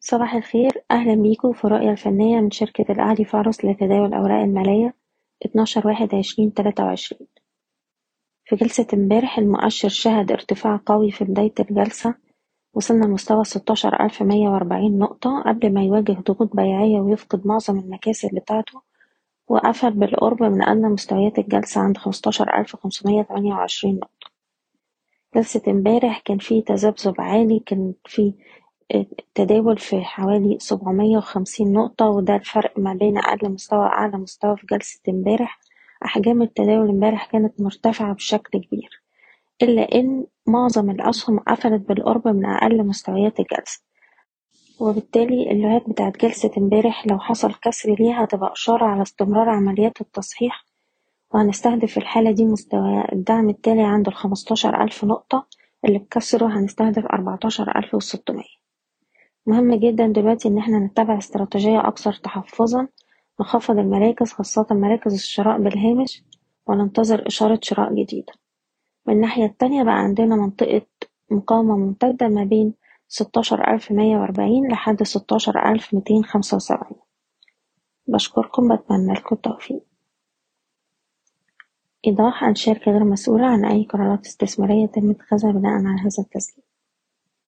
صباح الخير، أهلا بيكم في الرؤية الفنية من شركة الأهلي فارس لتداول الأوراق المالية 12/1/2023. في جلسة امبارح المؤشر شهد ارتفاع قوي في بداية الجلسة، وصلنا لمستوى 16,140 نقطة قبل ما يواجه ضغوط بيعية ويفقد معظم المكاسب بتاعته، وقفل بالقرب من أدنى مستويات الجلسة عند 15,528 نقطة. جلسة امبارح كان فيه تذبذب عالي، كان فيه تداول في حوالي 750 نقطة، وده الفرق ما بين أقل مستوى وأعلى مستوى في جلسة امبارح. أحجام التداول امبارح كانت مرتفعة بشكل كبير، إلا إن معظم الأسهم قفلت بالقرب من أقل مستويات الجلسة، وبالتالي اللوهات بتاعت جلسة امبارح لو حصل كسر ليها هتبقى إشارة على استمرار عمليات التصحيح، وهنستهدف في الحالة دي مستوى الدعم التالي عند 15,000 نقطة، اللي بكسره هنستهدف 14,600. مهم جدا دلوقتي إن احنا نتبع استراتيجية أكثر تحفظا، نخفض المراكز خاصة مراكز الشراء بالهامش، وننتظر إشارة شراء جديدة. من الناحية التانية بقى عندنا منطقة مقاومة ممتدة ما بين 16,140 لحد 16,275. بشكركم، بتمنى لكم التوفيق. إيضاح: الشركة غير مسؤولة عن أي قرارات استثمارية تم اتخاذها بناء على هذا التسجيل.